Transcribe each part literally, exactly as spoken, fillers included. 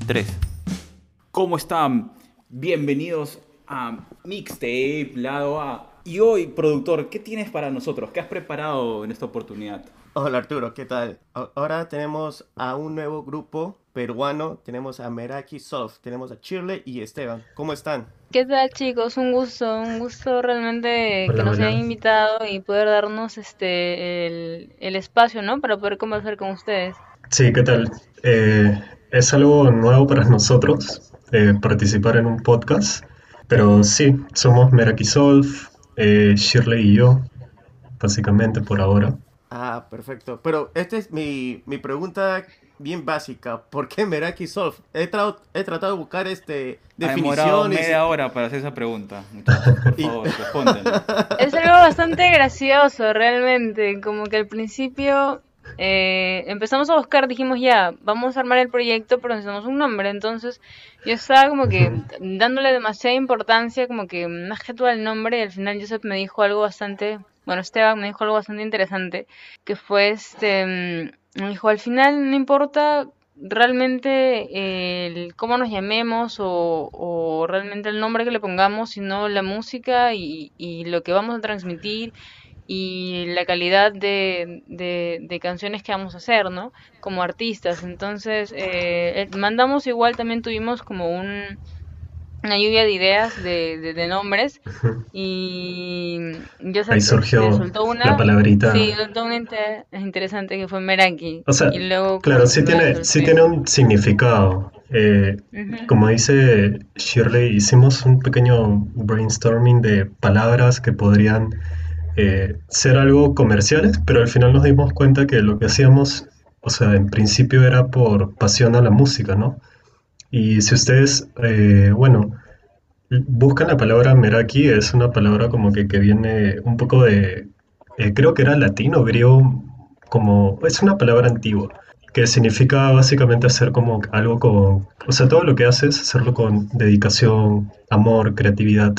Tres. ¿Cómo están? Bienvenidos a Mixtape Lado A. Y hoy, productor, ¿qué tienes para nosotros? ¿Qué has preparado en esta oportunidad? Hola Arturo, ¿qué tal? A- Ahora tenemos a un nuevo grupo peruano, tenemos a Meraki Soft, tenemos a Shirley y Esteban. ¿Cómo están? ¿Qué tal, chicos? Un gusto, un gusto realmente que Hola, nos hayan hola. invitado y poder darnos este el, el espacio, ¿no? Para poder conversar con ustedes. Sí, ¿qué tal? Eh, es algo nuevo para nosotros eh, participar en un podcast, pero sí, somos Meraki Solf, eh, Shirley y yo, básicamente por ahora. Ah, perfecto. Pero esta es mi, mi pregunta bien básica. ¿Por qué Meraki Soft? He, tra- he tratado de buscar este, Ha demorado definiciones y... media hora para hacer esa pregunta, muchachos. Por y- favor, respóndenos. Es algo bastante gracioso, realmente. Como que al principio eh, empezamos a buscar, dijimos ya, vamos a armar el proyecto, pero necesitamos un nombre. Entonces yo estaba como que Ujú. dándole demasiada importancia, como que más que todo al nombre. Y al final Joseph me dijo algo bastante, bueno, Esteban me dijo algo bastante interesante, que fue este, mm, me dijo, al final no importa realmente el cómo nos llamemos o, o realmente el nombre que le pongamos, sino la música y, y lo que vamos a transmitir y la calidad de, de, de canciones que vamos a hacer, ¿no? Como artistas. Entonces, eh, eh, mandamos igual, también tuvimos como un, una lluvia de ideas de, de, de nombres Ujú. y Joseph Ahí este, surgió soltó la una, sí, palabrita. soltó una inte- interesante que fue Meraki O sea, y luego claro, sí continué tiene, sobre el sí tuyo. tiene un significado. Eh, Ujú. como dice Shirley, hicimos un pequeño brainstorming de palabras que podrían eh, ser algo comerciales, pero al final nos dimos cuenta que lo que hacíamos, o sea, en principio era por pasión a la música, ¿no? Y si ustedes, eh, bueno, buscan la palabra Meraki, es una palabra como que, que viene un poco de, eh, creo que era latino, griego, como, es una palabra antigua, que significa básicamente hacer como algo con, o sea, todo lo que haces, hacerlo con dedicación, amor, creatividad.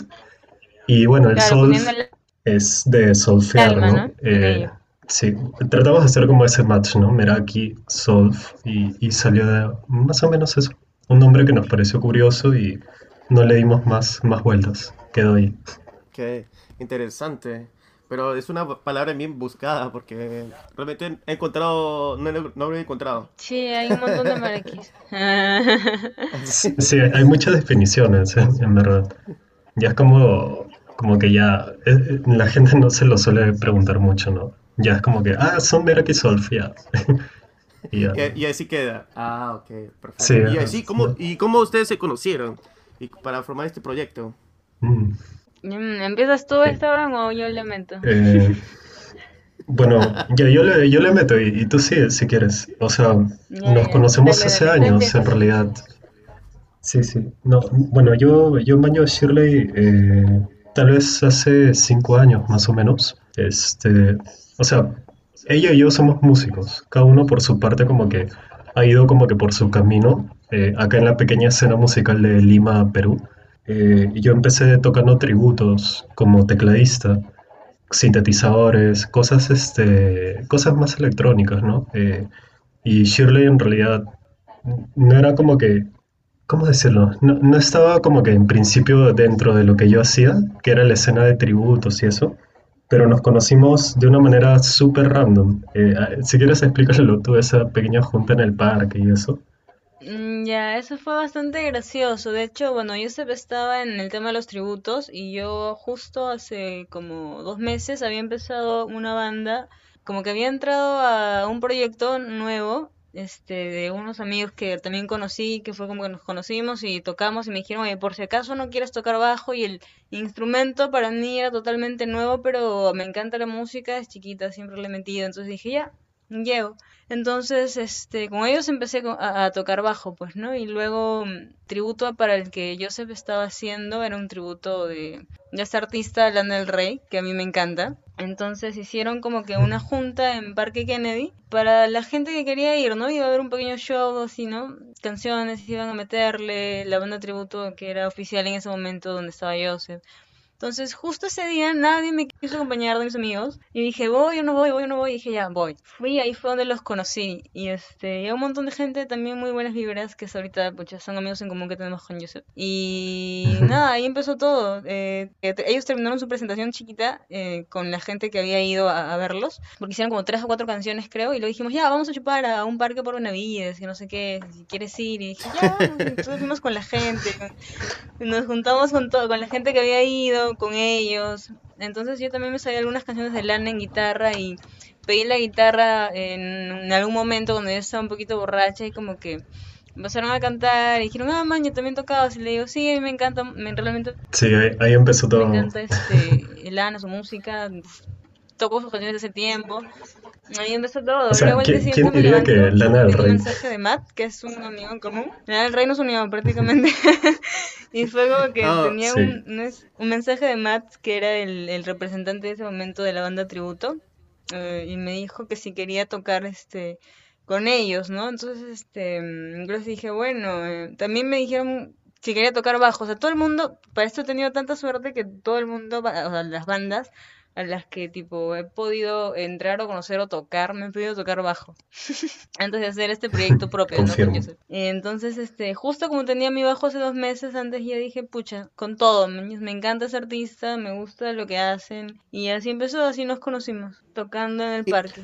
Y bueno, el Claro, poniendo solf el es de solfear, alma, ¿no? ¿no? En Eh, ello. sí, tratamos de hacer como ese match, ¿no? Meraki, solf, y, y salió de más o menos eso. Un nombre que nos pareció curioso y no le dimos más, más vueltas. Quedó ahí. Qué interesante. Pero es una palabra bien buscada porque realmente he encontrado, no, lo- no lo he encontrado. Sí, hay un montón de marequis. Así. Sí, hay muchas definiciones, ¿eh? En verdad. Ya es como, como que ya eh, eh, la gente no se lo suele preguntar mucho, ¿no? Ya es como que, ah, son Meraki Solf, ya. Y ya. Y, y así queda. Ah, ok, Sí, perfecto. Y ajá. así, ¿cómo, y cómo ustedes se conocieron y para formar este proyecto? Mm, Mm, ¿Empiezas tú, ok. Esteban, o yo le meto? Eh, bueno, ya yo le, yo le meto y, y tú sí, si quieres. O sea, Ya, nos ya. conocemos Dale, hace dale. Tú años, en empiezas. realidad. Sí, sí. No, bueno, yo, yo baño a Shirley eh, tal vez hace cinco años más o menos. Este, o sea, ella y yo somos músicos, cada uno por su parte como que ha ido como que por su camino, eh, acá en la pequeña escena musical de Lima, Perú. Eh, yo empecé tocando tributos como tecladista, sintetizadores, cosas, este, cosas más electrónicas, ¿no? Eh, y Shirley en realidad no era como que, ¿cómo decirlo? No, no estaba como que en principio dentro de lo que yo hacía, que era la escena de tributos y eso, pero nos conocimos de una manera súper random. Eh, ah, si quieres explícalo tú, esa pequeña junta en el parque y eso. Mm, ya, eso fue bastante gracioso. De hecho, bueno, Joseph estaba en el tema de los tributos y yo justo hace como dos meses había empezado una banda, como que había entrado a un proyecto nuevo, este, de unos amigos que también conocí, que fue como que nos conocimos y tocamos y me dijeron, oye, por si acaso no quieres tocar bajo y el instrumento para mí era totalmente nuevo, pero me encanta la música, es chiquita, siempre le he metido, entonces dije, ya, llego. Entonces, este, con ellos empecé co- a, a tocar bajo, pues, ¿no? Y luego, mm, tributo para el que Joseph estaba haciendo era un tributo de, de esta artista, Lana del Rey, que a mí me encanta. Entonces hicieron como que una junta en Parque Kennedy para la gente que quería ir, ¿no? Iba a haber un pequeño show así, ¿no? Canciones iban a meterle, la banda tributo que era oficial en ese momento donde estaba Joseph. Entonces, justo ese día nadie me quiso acompañar de mis amigos. Y dije, voy o no voy, voy o no voy. Y dije, ya, voy. Fui, ahí fue donde los conocí. Y este, y hay un montón de gente, también muy buenas vibras, que hasta ahorita, pucha, son amigos en común que tenemos con Joseph. Y nada, ahí empezó todo. Eh, eh, te- ellos terminaron su presentación chiquita eh, con la gente que había ido a, a verlos. Porque hicieron como tres o cuatro canciones, creo. Y lo dijimos, ya, vamos a chupar a un parque por Benavides, que no sé qué, si quieres ir. Y dije, ya, vamos. Entonces fuimos con la gente. Nos juntamos con todo, con la gente que había ido, con ellos. Entonces yo también me sabía algunas canciones de Lana en guitarra y pedí la guitarra en, en algún momento cuando yo estaba un poquito borracha y como que empezaron a cantar y dijeron, ah, man, yo también tocabas. Y le digo, sí, a mí me encanta, me, realmente Sí, ahí, ahí empezó me todo. encanta este, Lana, su música, toco sus canciones de ese tiempo. Ahí empezó todo. O sea, Luego el día ¿qui- ¿quién siguiente me diría que levanto, Lana del tengo un Rey? mensaje de Matt, que es un amigo en común. Lana del Rey nos unió prácticamente. Y fue como que Oh, tenía Sí, un, un, es- un mensaje de Matt, que era el, el representante de ese momento de la banda Tributo. Eh, y me dijo que si quería tocar este con ellos, ¿no? Entonces, este, mm, yo les dije, bueno, eh, también me dijeron si quería tocar bajo. O sea, todo el mundo, para esto he tenido tanta suerte que todo el mundo, va- o sea, las bandas a las que tipo he podido entrar o conocer o tocar, me han pedido tocar bajo antes de hacer este proyecto propio, ¿no? Con confirmo. Joseph. Y entonces, este, justo como tenía mi bajo hace dos meses, antes ya dije, pucha, con todo, me, me encanta ese artista, me gusta lo que hacen. Y así empezó, así nos conocimos, tocando en el y- parque.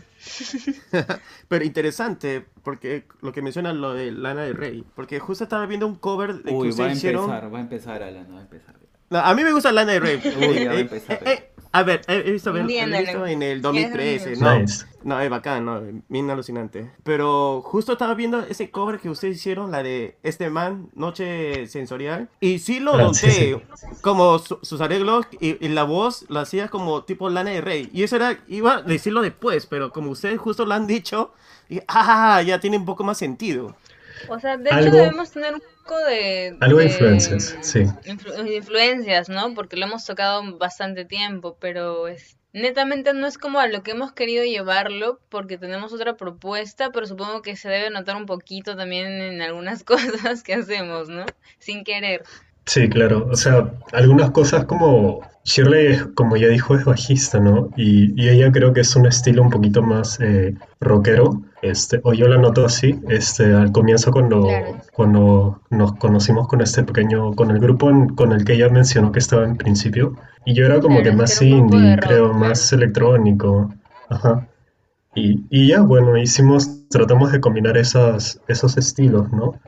pero interesante, porque lo que menciona lo de Lana del Rey, porque justo estaba viendo un cover de que Uy, va a ustedes hicieron. empezar, va a empezar, Alan, va a empezar. No, a mí me gusta Lana del Rey. Uy, Eh, ya va a eh, empezar. eh, eh, a ver, he he visto, ver- he Entiéndalo. visto en el ¿Quieres dos mil trece, amigos? no, Nice. no, es bacán, no, bien alucinante. Pero justo estaba viendo ese cover que ustedes hicieron, la de Este Man, Noche Sensorial, y sí lo Ah, sí, sí. noté, como su- sus arreglos y, y la voz lo hacía como tipo Lana del Rey. Y eso era, iba a decirlo después, pero como ustedes justo lo han dicho, y, ah, ya tiene un poco más sentido. O sea, de hecho Algo, debemos tener un poco de, algo de de influencias, sí. influ- influencias, ¿no? Porque lo hemos tocado bastante tiempo, pero es netamente no es como a lo que hemos querido llevarlo, porque tenemos otra propuesta, pero supongo que se debe notar un poquito también en algunas cosas que hacemos, ¿no? Sin querer. Sí, claro. O sea, algunas cosas como Shirley, es- como ya dijo, es bajista, ¿no? Y, y ella creo que es un estilo un poquito más eh, rockero. Este, o yo la noto así. Este, al comienzo Claro. cuando, cuando nos conocimos con este pequeño, con el grupo en- con el que ella mencionó que estaba en principio. Y yo era como Claro, que es que más era un grupo de indie, rock, creo, claro. más electrónico. Ajá. Y, y ya, bueno, hicimos, tratamos de combinar esas, esos estilos, ¿no?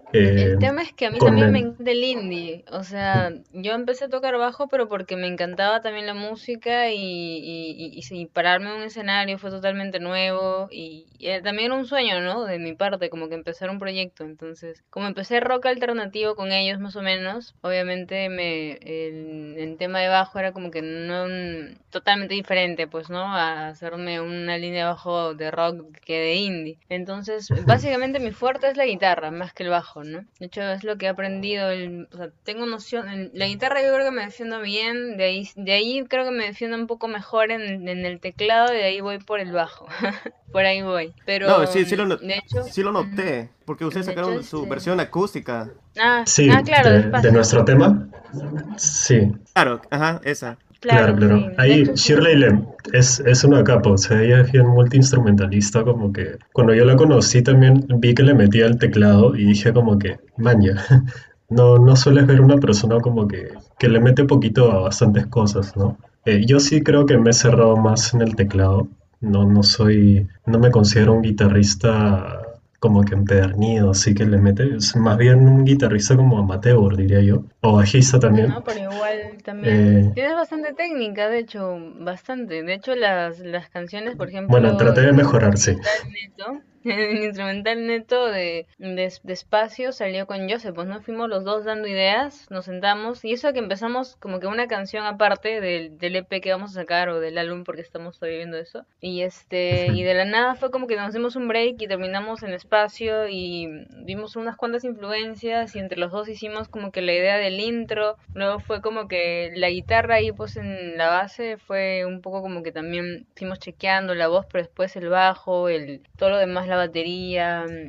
El Eh, tema es que a mí con también me el... encanta el indie, o sea, yo empecé a tocar bajo, pero porque me encantaba también la música y, y, y, y sí, pararme en un escenario fue totalmente nuevo y, y era también un sueño, ¿no? De mi parte, como que empezar un proyecto, entonces, como empecé rock alternativo con ellos más o menos, obviamente me, el, el tema de bajo era como que no totalmente diferente, pues, ¿no? A hacerme una línea de bajo de rock que de indie. Entonces, básicamente mi fuerte es la guitarra, más que el bajo, ¿no? De hecho, es lo que he aprendido. El, o sea, tengo noción. En la guitarra yo creo que me defiendo bien. De ahí, de ahí creo que me defiendo un poco mejor en, en el teclado. Y de ahí voy por el bajo. Por ahí voy. No, Pero, sí, sí lo, no- de hecho, sí lo ujú, noté, porque ustedes de hecho, sacaron su este. versión acústica. Ah, Sí, ah, claro, de, de despacio. nuestro tema. Sí, Claro, ajá, esa. claro, Claro, claro. sí. De Ahí hecho, sí. Shirley le- es, es una capa, o sea, ella es bien multiinstrumentalista, como que cuando yo la conocí también vi que le metía el teclado y dije como que, maña, no, no sueles ver una persona como que, que le mete poquito a bastantes cosas, ¿no? Eh, yo sí creo que me he cerrado más en el teclado, no, no soy, no me considero un guitarrista como que empedernido, así que le mete, es más bien un guitarrista como amateur, diría yo, o bajista también. No, pero igual Eh, también tienes bastante técnica, de hecho, bastante. De hecho, las, las canciones, por bueno, ejemplo, traté de en mejorar, sí. instrumental neto, en instrumental neto de, de, de espacio salió con Joseph, pues no fuimos los dos dando ideas, nos sentamos, y eso que empezamos como que una canción aparte del, del E P que vamos a sacar o del álbum porque estamos todavía viendo eso. Y este, y de la nada fue como que nos dimos un break y terminamos en espacio y vimos unas cuantas influencias y entre los dos hicimos como que la idea del intro. Luego fue como que la guitarra ahí pues en la base fue un poco como que también fuimos chequeando la voz, pero después el bajo, el todo lo demás, la batería.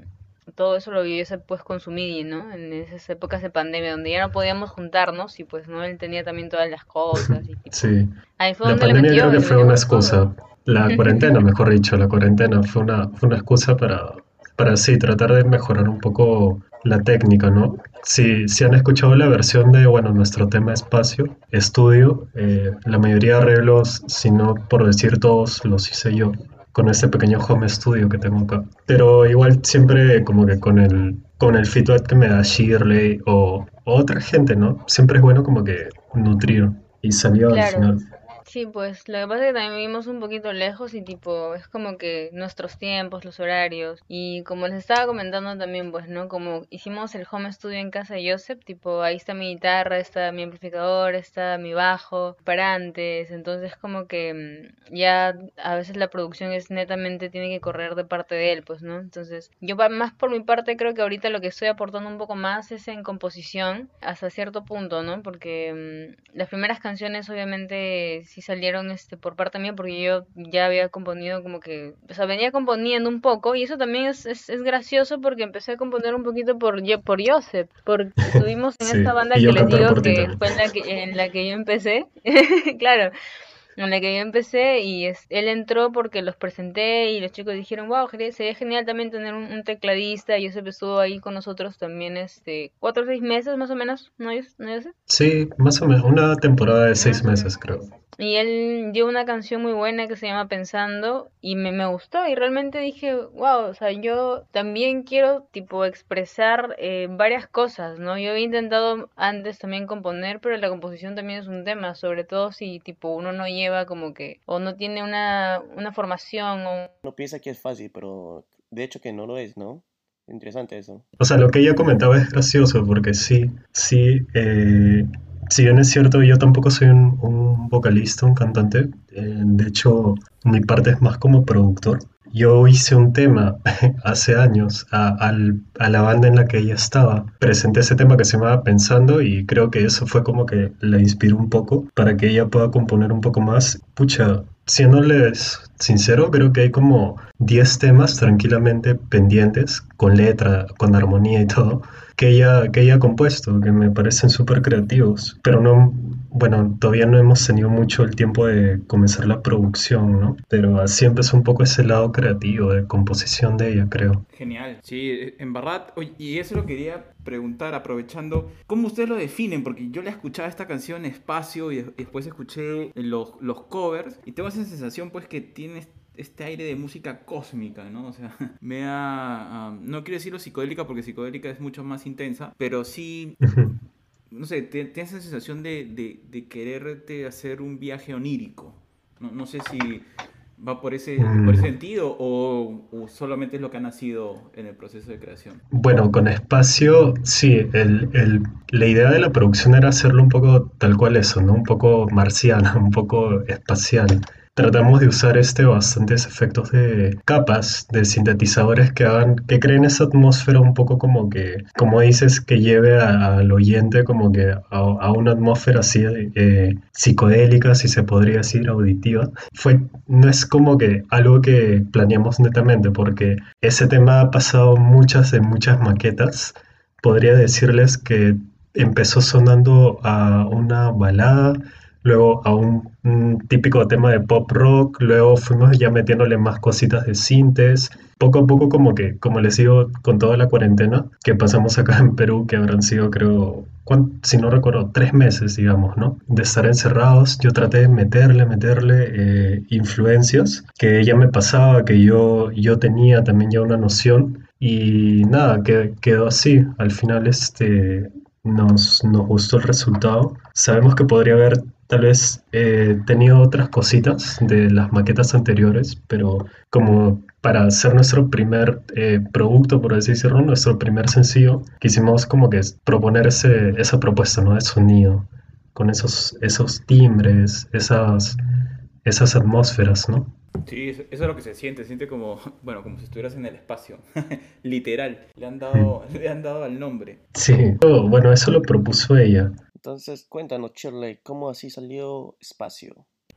todo eso lo viviese pues con su MIDI, ¿no? En esas épocas de pandemia donde ya no podíamos juntarnos y pues no, él tenía también todas las cosas y tipo, Sí, ahí fue la donde le pandemia creo metió que y le fue metió una con todo. excusa. La cuarentena, mejor dicho, la cuarentena fue una, fue una excusa para, para sí, tratar de mejorar un poco la técnica, ¿no? Si, si han escuchado la versión de, bueno, nuestro tema espacio, estudio, eh, la mayoría de arreglos, si no por decir todos, los hice yo, con este pequeño home studio que tengo acá. Pero igual siempre como que con el, con el feedback que me da Shirley o, o otra gente, ¿no? Siempre es bueno como que nutrir y salió al Claro. final. Sí, pues lo que pasa es que también vivimos un poquito lejos y tipo, es como que nuestros tiempos, los horarios, y como les estaba comentando también, pues, ¿no? Como hicimos el home studio en casa de Joseph, tipo, ahí está mi guitarra, está mi amplificador, está mi bajo, parantes, entonces como que mm, ya a veces la producción es netamente, tiene que correr de parte de él, pues, ¿no? Entonces, yo pa- más por mi parte creo que ahorita lo que estoy aportando un poco más es en composición, hasta cierto punto, ¿no? Porque mm, las primeras canciones obviamente sí salieron este por parte mía porque yo ya había componido como que, o sea, venía componiendo un poco y eso también es, es, es gracioso porque empecé a componer un poquito por yo, por Joseph, porque estuvimos en Sí, esta banda y que yo les cantar digo por ti que también. fue en la que en la que yo empecé. Claro, en la que yo empecé y es, él entró porque los presenté y los chicos dijeron, wow, sería genial también tener un, un tecladista y Joseph estuvo ahí con nosotros también este cuatro o seis meses más o menos, ¿no? Yo, ¿no yo sé? Sí, más o menos, una temporada de seis Más o meses, menos. creo. Y él dio una canción muy buena que se llama Pensando y me, me gustó y realmente dije, wow, o sea, yo también quiero tipo expresar eh, varias cosas, ¿no? Yo había intentado antes también componer, pero la composición también es un tema, sobre todo si tipo uno no lleva como que, o no tiene una, una formación o No piensa que es fácil, pero de hecho que no lo es, ¿no? Interesante eso. O sea, lo que ella comentaba es gracioso porque sí, sí, eh, si bien es cierto, yo tampoco soy un, un vocalista, un cantante. Eh, de hecho, mi parte es más como productor. Yo hice un tema hace años a, al- a la banda en la que ella estaba. Presenté ese tema que se llamaba Pensando y creo que eso fue como que la inspiró un poco para que ella pueda componer un poco más. Pucha, siéndoles sincero, creo que hay como diez temas tranquilamente pendientes, con letra, con armonía y todo, que ella, que ella ha compuesto, que me parecen súper creativos. Pero no, bueno, todavía no hemos tenido mucho el tiempo de comenzar la producción, ¿no? Pero así empezó un poco ese lado creativo de composición de ella, creo. Genial, sí, en verdad, oye, y eso lo quería preguntar, aprovechando, ¿cómo ustedes lo definen? Porque yo le escuchaba esta canción Espacio y, des- y después escuché los, los covers y tengo esa sensación pues que tiene este aire de música cósmica, ¿no? O sea, me da, ah, no quiero decirlo psicodélica porque psicodélica es mucho más intensa, pero sí, Ujú. no sé, te- tienes esa sensación de, de, de quererte hacer un viaje onírico. No, no sé si va por ese, por ese Mm. sentido o, o solamente es lo que ha nacido en el proceso de creación. Bueno, con espacio, sí, el, el- la idea de la producción era hacerlo un poco tal cual eso, ¿no? Un poco marciana, un poco espacial. Tratamos de usar este bastantes efectos de capas, de sintetizadores que hagan, que creen esa atmósfera un poco como que, como dices, que lleve a- al oyente como que a, a una atmósfera así eh, psicodélica, si se podría decir, auditiva. Fue, no es como que algo que planeamos netamente, porque ese tema ha pasado muchas de muchas maquetas. Podría decirles que empezó sonando a una balada, luego a un, un típico tema de pop rock, luego fuimos ya metiéndole más cositas de sintes. Poco a poco, como que, como les digo, con toda la cuarentena que pasamos acá en Perú, que habrán sido, creo, cuán- si no recuerdo, tres meses, digamos, ¿no? De estar encerrados, yo traté de meterle, meterle eh, influencias que ella me pasaba, que yo, yo tenía también ya una noción y nada, que, quedó así. Al final este, nos, nos gustó el resultado. Sabemos que podría haber tal vez eh, tenido otras cositas de las maquetas anteriores, pero como para hacer nuestro primer eh, producto, por así decirlo, nuestro primer sencillo, quisimos como que proponer ese, esa propuesta, ¿no? De sonido, con esos, esos timbres, esas, esas atmósferas, ¿no? Sí, eso eso es lo que se siente, se siente como, bueno, como si estuvieras en el espacio, literal, le han Mm. dado, le han dado al nombre. Sí, oh, bueno, eso lo propuso ella. Entonces, cuéntanos, Shirley, ¿cómo así salió Espacio?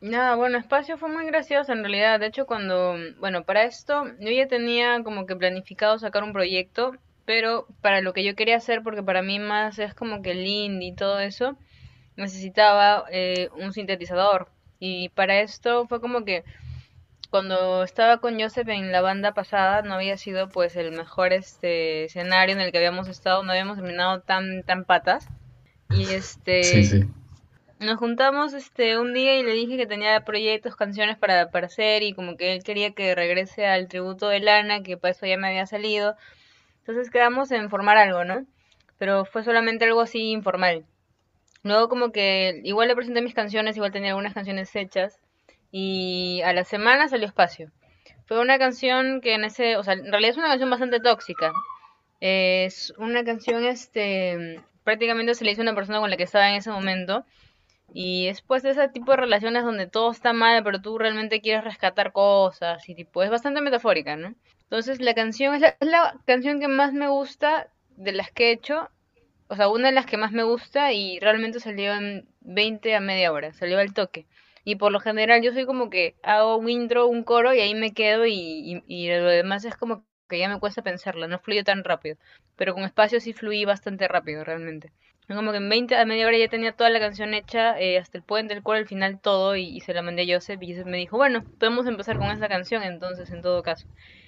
Nada, bueno, Espacio fue muy gracioso en realidad. De hecho, cuando, bueno, para esto yo ya tenía como que planificado sacar un proyecto, pero para lo que yo quería hacer, porque para mí más es como que el indie y todo eso, necesitaba eh, un sintetizador. Y para esto fue como que cuando estaba con Joseph en la banda pasada, no había sido pues el mejor este escenario en el que habíamos estado, no habíamos terminado tan, tan patas. Y Sí, este, sí. nos juntamos este un día y le dije que tenía proyectos, canciones para, para hacer y como que él quería que regrese al tributo de Lana, que para eso ya me había salido. Entonces quedamos en formar algo, ¿no? Pero fue solamente algo así informal. Luego como que igual le presenté mis canciones, igual tenía algunas canciones hechas y a la semana salió Espacio. Fue una canción que en ese, o sea, en realidad es una canción bastante tóxica. Es una canción, este, prácticamente se le hizo a una persona con la que estaba en ese momento y después de ese tipo de relaciones donde todo está mal, pero tú realmente quieres rescatar cosas y tipo, es bastante metafórica, ¿no? Entonces la canción es la, es la canción que más me gusta de las que he hecho, o sea, una de las que más me gusta y realmente salió en veinte a media hora, salió al toque. Y por lo general yo soy como que hago un intro, un coro y ahí me quedo y, y, y lo demás es como que ya me cuesta pensarla, no fluye tan rápido. Pero con Espacio sí fluí bastante rápido realmente. Como que en veinte a media hora ya tenía toda la canción hecha, eh, hasta el puente, el coro, el final, todo, y, y se la mandé a Joseph, y Joseph me dijo, bueno, podemos empezar con esta canción entonces, en todo caso.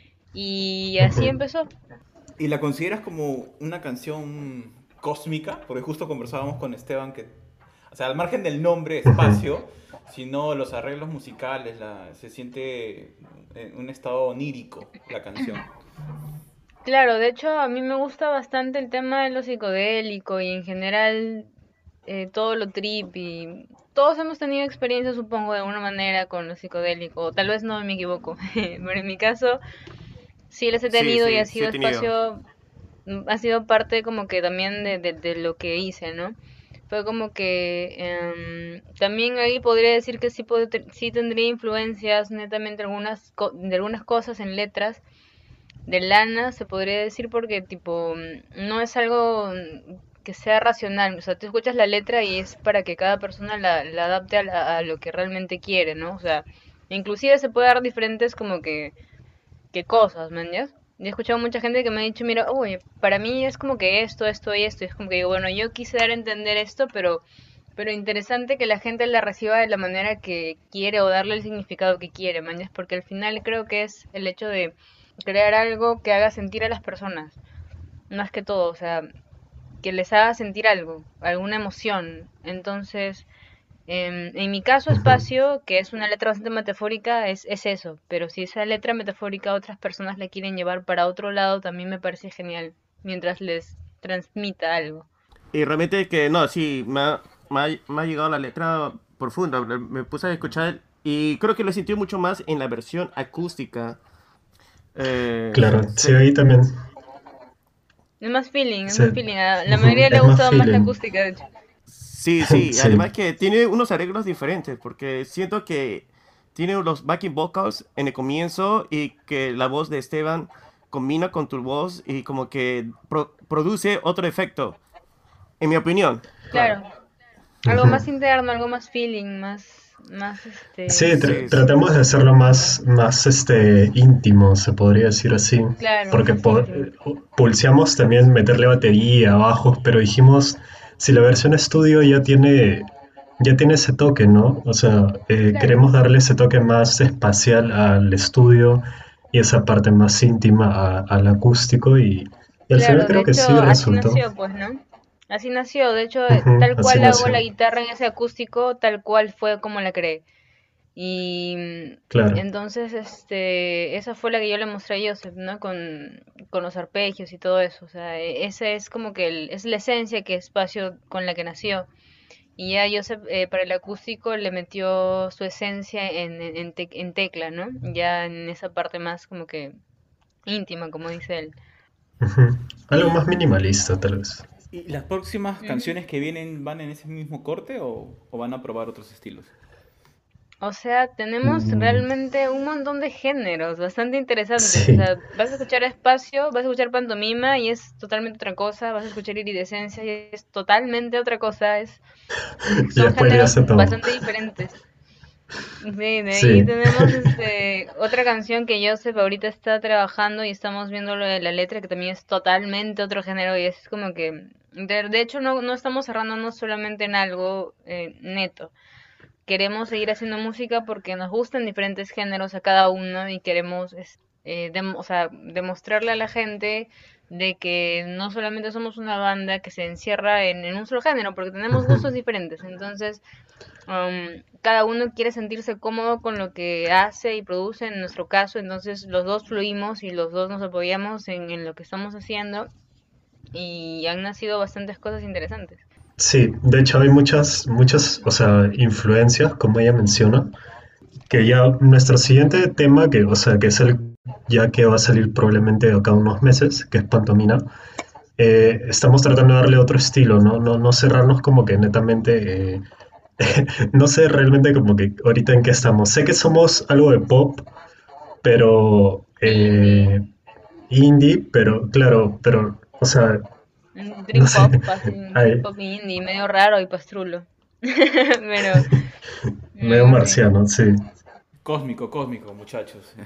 Y así Ujú. empezó. ¿Y la consideras como una canción cósmica? Porque justo conversábamos con Esteban que, o sea, al margen del nombre, Ujú. espacio, sino los arreglos musicales, la, se siente en un estado onírico la canción. Claro, de hecho a mí me gusta bastante el tema de lo psicodélico y en general eh, todo lo trip y todos hemos tenido experiencia, supongo, de alguna manera con lo psicodélico, o tal vez no me equivoco, pero en mi caso sí les he Sí, tenido y ha sí, sí he sido tenido. espacio, mm, ha sido parte como que también de, de, de lo que hice, ¿no? Fue como que em, también ahí podría decir que sí, puede te- sí tendría influencias netamente algunas co- de algunas cosas en letras de Lana, se podría decir porque tipo mm, no es algo mm, que sea racional, o sea, tú escuchas la letra y es para que cada persona la, la adapte a, la- a lo que realmente quiere, ¿no? O sea, inclusive se puede dar diferentes como que qué cosas, man, ¿ya? Yo he escuchado mucha gente que me ha dicho, mira, oye, para mí es como que esto, esto y esto. Y es como que digo, bueno, yo quise dar a entender esto, pero, pero interesante que la gente la reciba de la manera que quiere o darle el significado que quiere, man, ¿ya? Porque al final creo que es el hecho de crear algo que haga sentir a las personas, más que todo, o sea, que les haga sentir algo, alguna emoción. Entonces, en, en mi caso, Ujú. espacio, que es una letra bastante metafórica, es, es eso. Pero si esa letra metafórica otras personas la quieren llevar para otro lado, también me parece genial, mientras les transmita algo. Y realmente que no, sí, me ha, me ha, me ha llegado la letra profunda. Me me puse a escuchar y creo que lo sentí mucho más en la versión acústica. Eh, Claro, sí, se- ahí también. Es más feeling, es más Se- feeling. A la Ujú. mayoría le ha Es más gustado más la feeling. acústica, de hecho. sí, sí, Sí, además que tiene unos arreglos diferentes, porque siento que tiene los backing vocals en el comienzo y que la voz de Esteban combina con tu voz y como que pro- produce otro efecto, en mi opinión, claro. Claro, algo Ujú. más interno, algo más feeling, más, más Sí, este, tr- Sí, sí. tratamos de hacerlo más, más este, íntimo, se podría decir así, claro, porque más po- íntimo. eh, pulseamos también meterle batería, bajos, pero dijimos, si la versión estudio ya tiene, ya tiene ese toque, ¿no? O sea, eh, Claro, queremos darle ese toque más espacial al estudio y esa parte más íntima a- al acústico y, y al final claro, de creo que hecho sí así resultó. nació, pues, ¿no? Así nació, de hecho, eh, Ujú, tal así cual hago la nació, guitarra en ese acústico, tal cual fue como la creé. Y mm, claro. entonces, este, esa fue la que yo le mostré a Joseph, ¿no? Con, con los arpegios y todo eso. O sea, e- esa es como que el- es la esencia que espacio con la que nació. Y ya Joseph eh, para el acústico le metió su esencia en, en, en tec- en tecla, ¿no? Ya en esa parte más como que íntima, como dice él. Ujú. Algo ¿Y, más minimalista, tal vez. y las próximas Ujú. canciones que vienen van en ese mismo corte o, o van a probar otros estilos? O sea, tenemos Mm, realmente un montón de géneros bastante interesantes. O sí. sea, vas a escuchar espacio, vas a escuchar pantomima y es totalmente otra cosa. Vas a escuchar iridescencia y es totalmente otra cosa. Es, Y son después ya géneros sé todo. bastante diferentes. Sí, de ahí Sí. tenemos este otra canción que Joseph ahorita está trabajando y estamos viendo lo de la letra, que también es totalmente otro género y es como que, de, de hecho no, no estamos cerrándonos solamente en algo eh, neto. Queremos seguir haciendo música porque nos gustan diferentes géneros a cada uno y queremos es- eh, dem- o sea, demostrarle a la gente de que no solamente somos una banda que se encierra en, en un solo género, porque tenemos gustos Ujú. diferentes. Entonces, um, cada uno quiere sentirse cómodo con lo que hace y produce en nuestro caso, entonces los dos fluimos y los dos nos apoyamos en, en lo que estamos haciendo y han nacido bastantes cosas interesantes. Sí, de hecho hay muchas, muchas, o sea, influencias, como ella menciona, que ya nuestro siguiente tema, que, o sea, que es el ya que va a salir probablemente acá unos meses, que es Pantomina, eh, estamos tratando de darle otro estilo, ¿no? No, no cerrarnos como que netamente, eh, no sé realmente como que ahorita en qué estamos. Sé que somos algo de pop, pero Indie, eh, indie, pero claro, pero, o sea, un no dream sé, pop, así, un dream ay, pop indie, medio raro y pastrulo. Pero, medio no, sí. marciano, sí. Cósmico, cósmico, muchachos.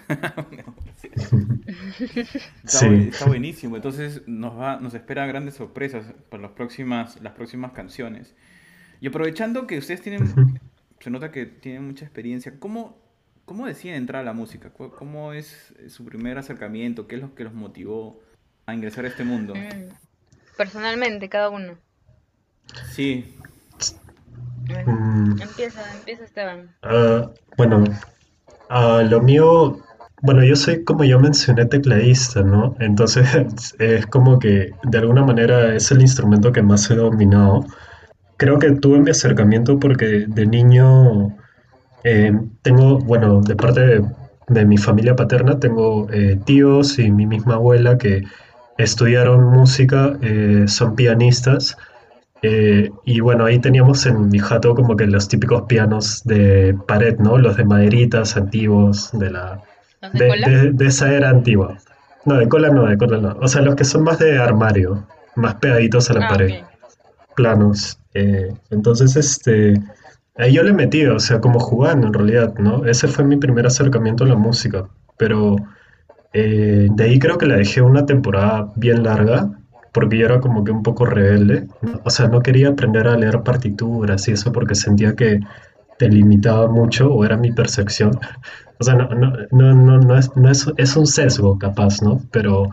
Está, bu- Sí. está buenísimo. Entonces nos va, nos espera grandes sorpresas para las próximas, las próximas canciones. Y aprovechando que ustedes tienen, Ujú. se nota que tienen mucha experiencia, ¿cómo, cómo deciden entrar a la música? ¿Cu- ¿Cómo es su primer acercamiento? ¿Qué es lo que los motivó a ingresar a este mundo? Mm, personalmente, cada uno. Sí. Bueno, Mm, empieza, empieza Esteban. ah, bueno, ah, lo mío, bueno, yo soy como yo mencioné tecladista, ¿no? Entonces es como que de alguna manera es el instrumento que más he dominado. Creo que tuve mi acercamiento porque de niño eh, tengo, bueno, de parte de, de mi familia paterna, tengo eh, tíos y mi misma abuela que estudiaron música, eh, son pianistas. Eh, y bueno, ahí teníamos en mi jato como que los típicos pianos de pared, ¿no? Los de maderitas antiguos, de la, ¿Los de de, cola? de, de esa era antigua. No, de cola no, de cola no. O sea, los que son más de armario, más pegaditos a la Ah, pared, ok. planos. Eh, entonces, este, ahí yo le metí, o sea, como jugando en realidad, ¿no? Ese fue mi primer acercamiento a la música. Pero eh, de ahí creo que la dejé una temporada bien larga, porque yo era como que un poco rebelde. ¿No? O sea, no quería aprender a leer partituras y eso porque sentía que te limitaba mucho, o era mi percepción. O sea, no, no, no, no, no es, no es, es un sesgo capaz, ¿no? Pero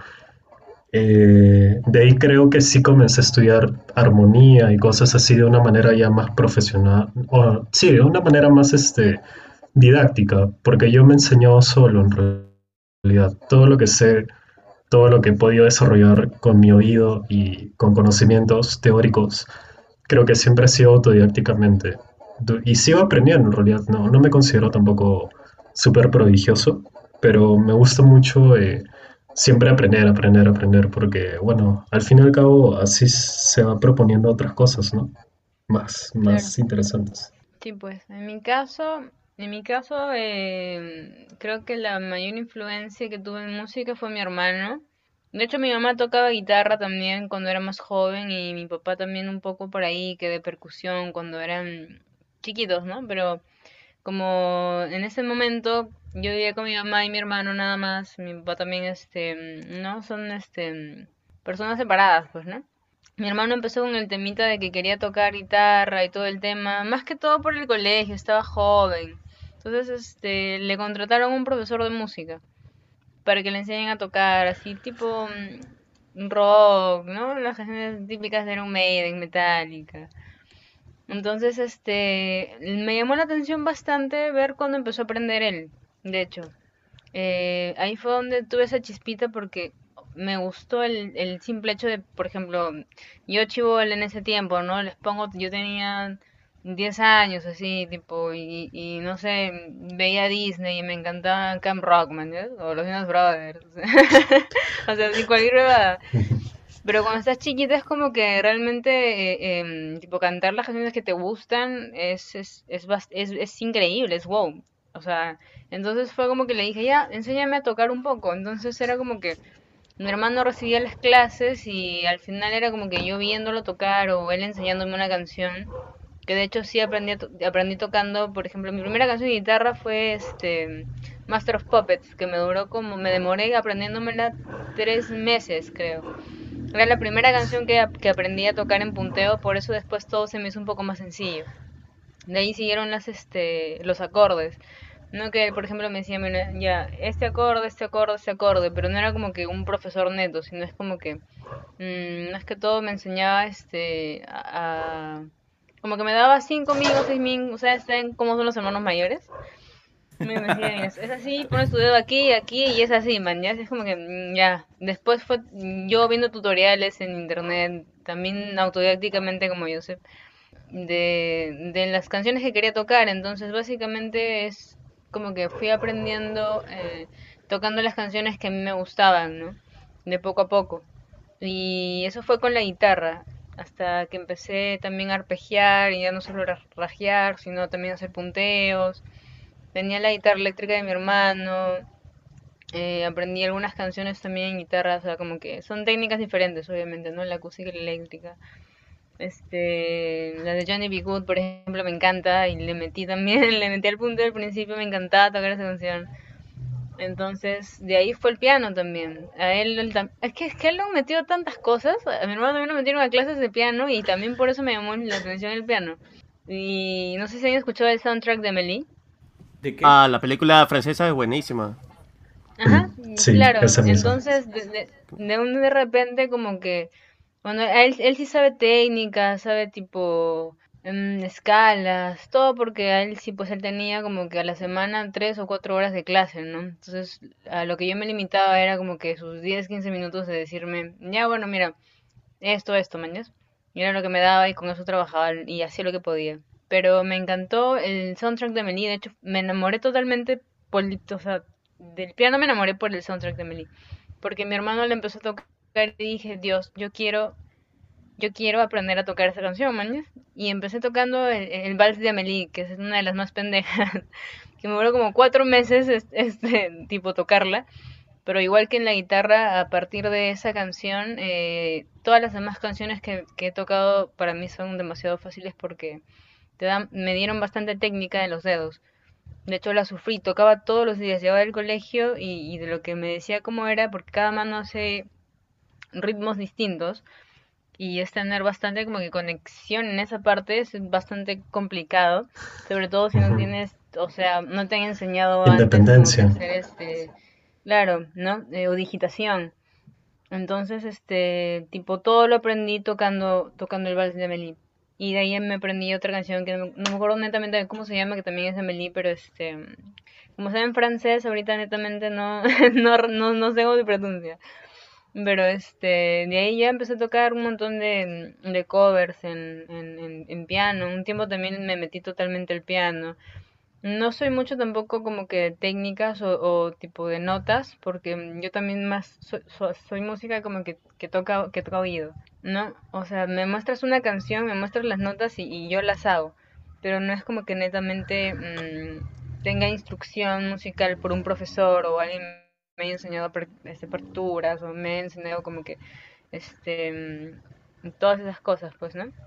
eh, de ahí creo que sí comencé a estudiar armonía y cosas así de una manera ya más profesional, o sí, de una manera más este, didáctica, porque yo me he enseñado solo en realidad. Todo lo que sé, todo lo que he podido desarrollar con mi oído y con conocimientos teóricos, creo que siempre ha sido autodidácticamente. Du- Y sigo aprendiendo en realidad, no, no me considero tampoco súper prodigioso, pero me gusta mucho eh, siempre aprender, aprender, aprender, porque bueno, al fin y al cabo así se va proponiendo otras cosas, ¿no? Más, Claro. más interesantes. Sí, pues, en mi caso, en mi caso, eh, creo que la mayor influencia que tuve en música fue mi hermano. De hecho, mi mamá tocaba guitarra también cuando era más joven y mi papá también un poco por ahí, que de percusión cuando eran chiquitos, ¿no? Pero como en ese momento yo vivía con mi mamá y mi hermano nada más, mi papá también, este, no, son, este, personas separadas, pues, ¿no? Mi hermano empezó con el temita de que quería tocar guitarra y todo el tema, más que todo por el colegio, estaba joven. Entonces, este, le contrataron un profesor de música para que le enseñen a tocar, así tipo mm, rock, ¿no? Las canciones típicas de Iron Maiden, Metallica. Entonces, este, me llamó la atención bastante ver cuando empezó a aprender él, de hecho. Eh, ahí fue donde tuve esa chispita porque me gustó el, el simple hecho de, por ejemplo, yo chibol en ese tiempo, ¿no? Les pongo, yo tenía diez años así, tipo, y, y no sé, veía Disney y me encantaba Camp Rock, ¿me entiendes? O los Jonas Brothers. O sea, así cualquier huevada. Pero cuando estás chiquita es como que realmente, eh, em, tipo, cantar las canciones que te gustan es, es, es, bast- es, es increíble, es wow. O sea, entonces fue como que le dije, ya, enséñame a tocar un poco. Entonces era como que mi hermano recibía las clases y al final era como que yo viéndolo tocar o él enseñándome una canción. que de hecho sí aprendí, a to- aprendí tocando, por ejemplo, mi primera canción de guitarra fue este Master of Puppets, que me duró como, me demoré aprendiéndomela tres meses, creo. Era la primera canción que, que aprendí a tocar en punteo, por eso después todo se me hizo un poco más sencillo. De ahí siguieron las, este, los acordes. No que, por ejemplo, me decía, mira, ya, este acorde, este acorde, este acorde, pero no era como que un profesor neto, sino es como que, mm, más que todo me enseñaba, este, a, a- como que me daba cinco amigos, seis mil, o sea, ¿saben cómo son los hermanos mayores? Me decía, mira, es así, pones tu dedo aquí, aquí, y es así, man, ya, es como que, mm, ya, después fue mm, yo viendo tutoriales en internet, también autodidácticamente como yo sé de, de las canciones que quería tocar. Entonces, básicamente es como que fui aprendiendo eh, tocando las canciones que a mí me gustaban, ¿no? De poco a poco. Y eso fue con la guitarra, hasta que empecé también a arpegiar y ya no solo ra- rajear, sino también hacer punteos. Tenía la guitarra eléctrica de mi hermano, eh, aprendí algunas canciones también en guitarra, o sea, como que son técnicas diferentes, obviamente, ¿no? La acústica y la eléctrica. Este, la de Johnny B. Good, por ejemplo, me encanta y le metí también, le metí al punto del principio, me encantaba tocar esa canción. Entonces, de ahí fue el piano también. A él, él tam- es que, es que él lo ha metido tantas cosas. A mi hermano también lo metieron a clases de piano y también por eso me llamó la atención el piano. Y no sé si han escuchado el soundtrack de Amélie. ¿De qué? Ah, la película francesa es buenísima. Ajá, y Sí, claro, esa misma. entonces de, de, de un de repente como que, bueno, él, él sí sabe técnica, sabe tipo em, escalas, todo porque a él sí, pues él tenía como que a la semana tres o cuatro horas de clase, ¿no? Entonces a lo que yo me limitaba era como que sus diez quince minutos de decirme, ya bueno, mira, esto, esto, mañas. Y era lo que me daba y con eso trabajaba y hacía lo que podía. Pero me encantó el soundtrack de Amelie, de hecho me enamoré totalmente por, el- o sea, del piano me enamoré por el soundtrack de Amelie, porque mi hermano le empezó a tocar y dije, Dios, yo quiero, yo quiero aprender a tocar esa canción, mañas. Y empecé tocando el, el vals de Amelie, que es una de las más pendejas, que me duró como cuatro meses, es- este, tipo tocarla. Pero igual que en la guitarra, a partir de esa canción, eh, todas las demás canciones que, que he tocado para mí son demasiado fáciles porque te dan, me dieron bastante técnica de los dedos. De hecho, la sufrí, tocaba todos los días, llegaba del colegio y, y de lo que me decía cómo era, porque cada mano hace ritmos distintos y es tener bastante como que conexión en esa parte, es bastante complicado, sobre todo si no Ujú. tienes, o sea, no te han enseñado antes como que Independencia. hacer este, claro, ¿no? Eh, o digitación. Entonces, este, tipo, todo lo aprendí tocando, tocando el vals de Amélie. Y de ahí me aprendí otra canción que no, no me acuerdo netamente de cómo se llama, que también es de Amélie, pero este, como se llama en francés, ahorita netamente no, no, no, no sé cómo se pronuncia. Pero este, de ahí ya empecé a tocar un montón de, de covers en, en, en, en piano. Un tiempo también me metí totalmente al piano. No soy mucho tampoco como que de técnicas o, o tipo de notas, porque mm, yo también más soy, so- soy música como que, que toca que toca oído, ¿no? O sea, me muestras una canción, me muestras las notas y, y yo las hago, pero no es como que netamente mm, tenga instrucción musical por un profesor o alguien me haya enseñado per- este, partituras o me haya enseñado como que este mm, todas esas cosas, pues, ¿no?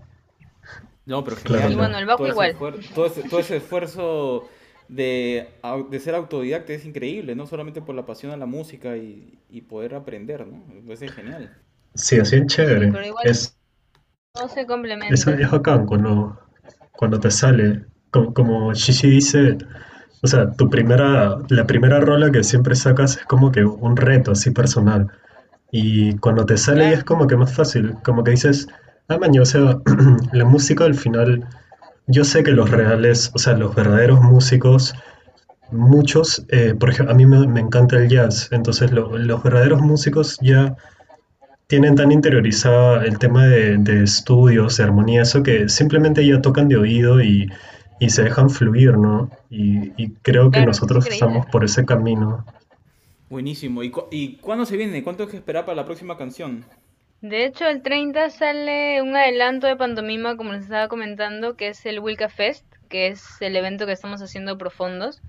No, pero Claro, Y genial. bueno, claro. el bajo Todo ese, igual. esfuer- todo ese, todo ese esfuerzo de, au- de ser autodidacta es increíble, no solamente por la pasión a la música y, y poder aprender, ¿no? Pues es genial. Sí, así es Sí, chévere. pero igual Es, todo se es, complementa. es bacán cuando, cuando te sale. Como, como Shishi dice, o sea, tu primera, la primera rola que siempre sacas es como que un reto así personal. Y cuando te sale ya es Claro, como que más fácil, como que dices, ah, maño, o sea, la música al final, yo sé que los reales, o sea, los verdaderos músicos, muchos, eh, por ejemplo, a mí me, me encanta el jazz, entonces lo- los verdaderos músicos ya tienen tan interiorizado el tema de, de estudios, de armonía, eso que simplemente ya tocan de oído y, y se dejan fluir, ¿no? Y, y creo que claro, eso es nosotros increíble. estamos por ese camino. Buenísimo. ¿Y, cu- y cuándo se viene? ¿Cuánto hay que esperar para la próxima canción? De hecho, el treinta sale un adelanto de pantomima, como les estaba comentando, que es el Wilca Fest, que es el evento que estamos haciendo profundos.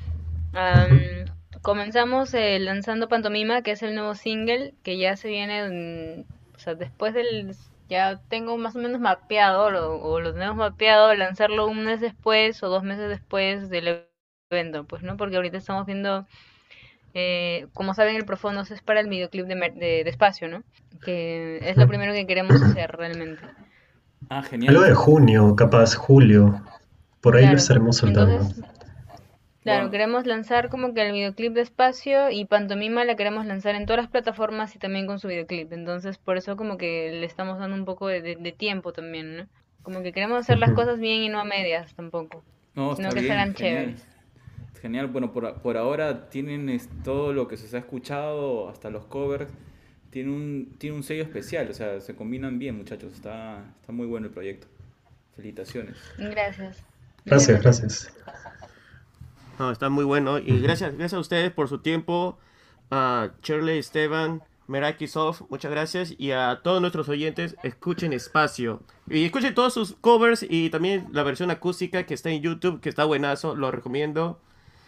Ujú. Am, comenzamos eh, lanzando Pantomima, que es el nuevo single, que ya se viene, mm, o sea, después del ya tengo más o menos mapeado, lo- o lo tenemos mapeado, lanzarlo un mes después o dos meses después del evento, pues, ¿no? Porque ahorita estamos viendo, eh, como saben, el Profondos es para el videoclip de, Mer- de, de Espacio, ¿no? Que es lo Mm. primero que queremos hacer realmente. Ah, Algo genial. de junio, capaz julio, por ahí lo Claro. estaremos soltando. Entonces, claro, Wow. queremos lanzar como que el videoclip de Espacio y Pantomima la queremos lanzar en todas las plataformas y también con su videoclip. Entonces, por eso como que le estamos dando un poco de, de- de tiempo también, ¿no? Como que queremos hacer las Ujú. cosas bien y no a medias tampoco, No, está sino que bien, salgan genial. chéveres. Genial. Bueno, por, a- por ahora tienen es- todo lo que se ha escuchado, hasta los covers. Tiene un, tiene un sello especial, o sea, se combinan bien, muchachos. Está, está muy bueno el proyecto. Felicitaciones. Gracias. Muchas Gracias, gracias. gracias. No, está muy bueno. Y Ujú. gracias, gracias a ustedes por su tiempo. A Shirley, Esteban, Meraki Soft, muchas gracias. Y a todos nuestros oyentes, escuchen Espacio. Y escuchen todos sus covers y también la versión acústica que está en YouTube, que está buenazo, lo recomiendo.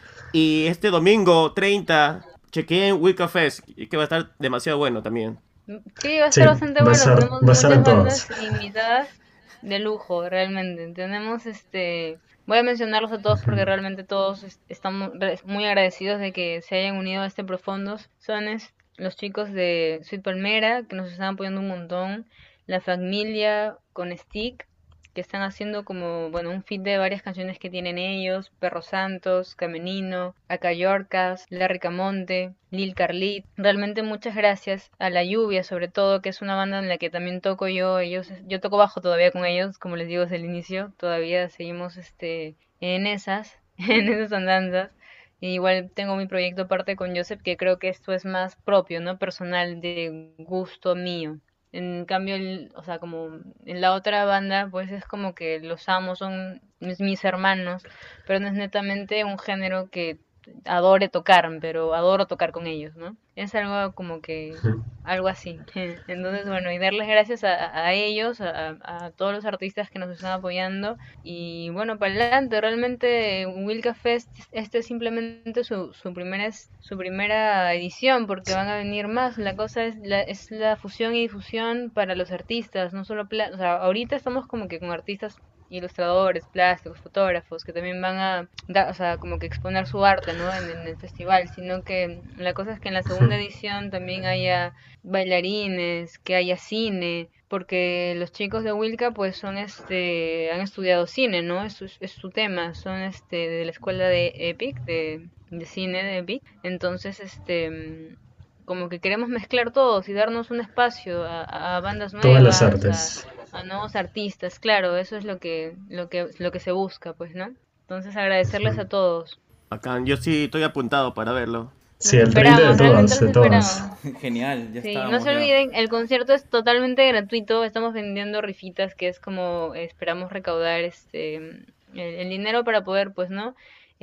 Y este domingo treinta, chequeen Wicca Fest, que va a estar demasiado bueno también. Mm, sí, va a Sí, estar bastante va a bueno. estar, Tenemos va a estar muchas en bandas todas. invitadas de lujo, realmente. Tenemos este, voy a mencionarlos a todos porque Ujú. realmente todos est- estamos re- muy agradecidos de que se hayan unido a este Profundos. Son es- los chicos de Sweet Palmera que nos están apoyando un montón, la familia con Stick que están haciendo como, bueno, un feed de varias canciones que tienen ellos, Perros Santos, Caminino, Acayorcas, Larry Camonte, Lil Carlit. Realmente muchas gracias a La Lluvia, sobre todo, que es una banda en la que también toco yo, ellos, yo toco bajo todavía con ellos, como les digo desde el inicio, todavía seguimos este en esas, en esas andanzas. Y igual tengo mi proyecto aparte con Joseph, que creo que esto es más propio, ¿no? Personal, de gusto mío. En cambio, el, o sea, como en la otra banda, pues es como que los amo, son mis, mis hermanos, pero no es netamente un género que adore tocar, pero adoro tocar con ellos, ¿no? Es algo como que, Ujú. algo así. Entonces, bueno, y darles gracias a, a ellos, a, a todos los artistas que nos están apoyando, y bueno, para adelante, realmente Wilca Fest, este es simplemente su, su, primera, es- su primera edición, porque van a venir más. La cosa es la, es la fusión y difusión para los artistas, no solo, pla- o sea, ahorita estamos como que con artistas ilustradores, plásticos, fotógrafos, que también van a dar, o sea, como que exponer su arte, ¿no? En, en el festival, sino que la cosa es que en la segunda Ujú. edición también haya bailarines, que haya cine, porque los chicos de Wilca pues son este, han estudiado cine, ¿no? Es su, es su tema, son este de la escuela de Epic, de, de cine de Epic, entonces este mm, como que queremos mezclar todos y darnos un espacio a, a bandas Todas las nuevas, a, artes. a nuevos artistas, claro, eso es lo que, lo que, lo que se busca, pues, ¿no? Entonces agradecerles Ujú. a todos. Acá, yo sí estoy apuntado para verlo. Los Sí, el treinta de esperamos, realmente todas, los de todas. esperamos. Genial, ya Sí, no estábamos se ya. olviden, el concierto es totalmente gratuito, estamos vendiendo rifitas, que es como esperamos recaudar este el, el dinero para poder, pues, ¿no?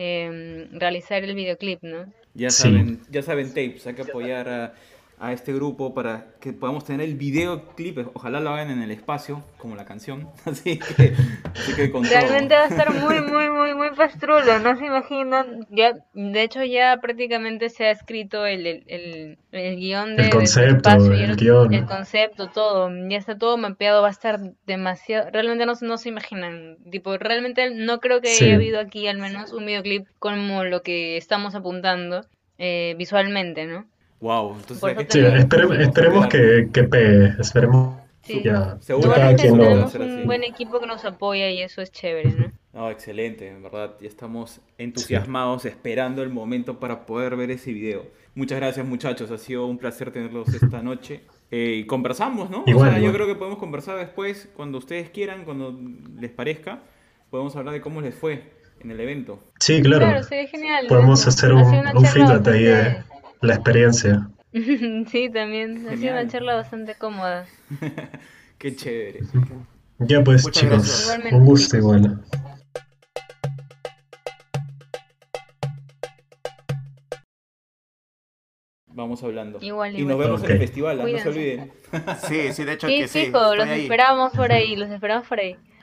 Em, realizar el videoclip, ¿no? Ya Sí. saben, ya saben, tapes, hay que apoyar a, a este grupo para que podamos tener el videoclip. Ojalá lo hagan en el espacio, como la canción. Así que, así que con todo. Realmente va a estar muy, muy, muy, muy pastrulo, no se imaginan. Ya, de hecho, ya prácticamente se ha escrito el, el, el, el guión El de, de, de espacio, concepto, y el el, el guión. concepto, todo. Ya está todo mapeado, va a estar demasiado. Realmente no, se- no se imaginan. Tipo, realmente no creo que haya Sí. habido aquí al menos un videoclip como lo que estamos apuntando eh, visualmente, ¿no? Wow, entonces Por hay eso que te Sí, digo. cuidar, espere- vamos a esperemos cuidarlo. que, que pegue. Esperemos Sí, ya, ya lo bueno cada es que quien Seguramente, seguro lo. va a tenemos ser un así. buen equipo que nos apoya y eso es chévere, Ujú. ¿no? No, excelente, en verdad. Ya estamos Sí. entusiasmados, esperando el momento para poder ver ese video. Muchas gracias, muchachos. Ha sido un placer tenerlos esta noche. Eh, y conversamos, ¿no? O Igual, sea, yo igual. creo que podemos conversar después, cuando ustedes quieran, cuando les parezca. Podemos hablar de cómo les fue en el evento. Sí, claro. Claro, sería genial Podemos eso. hacer Ha sido un, una un charla feedback ahí de bastante... la experiencia. Sí, también. Ha sido una Genial. charla bastante cómoda. Qué chévere. Ujú. Ya pues, Muchas gracias. chicos, un Igualmente, gusto chicos. igual. Vamos hablando. Igual, Y nos igual. vemos en Ok. el festival, ¿ah? No se Cuídense. olviden. Sí, sí, de hecho Sí, que sí, fijo, estoy los ahí. esperamos por ahí, los esperamos por ahí.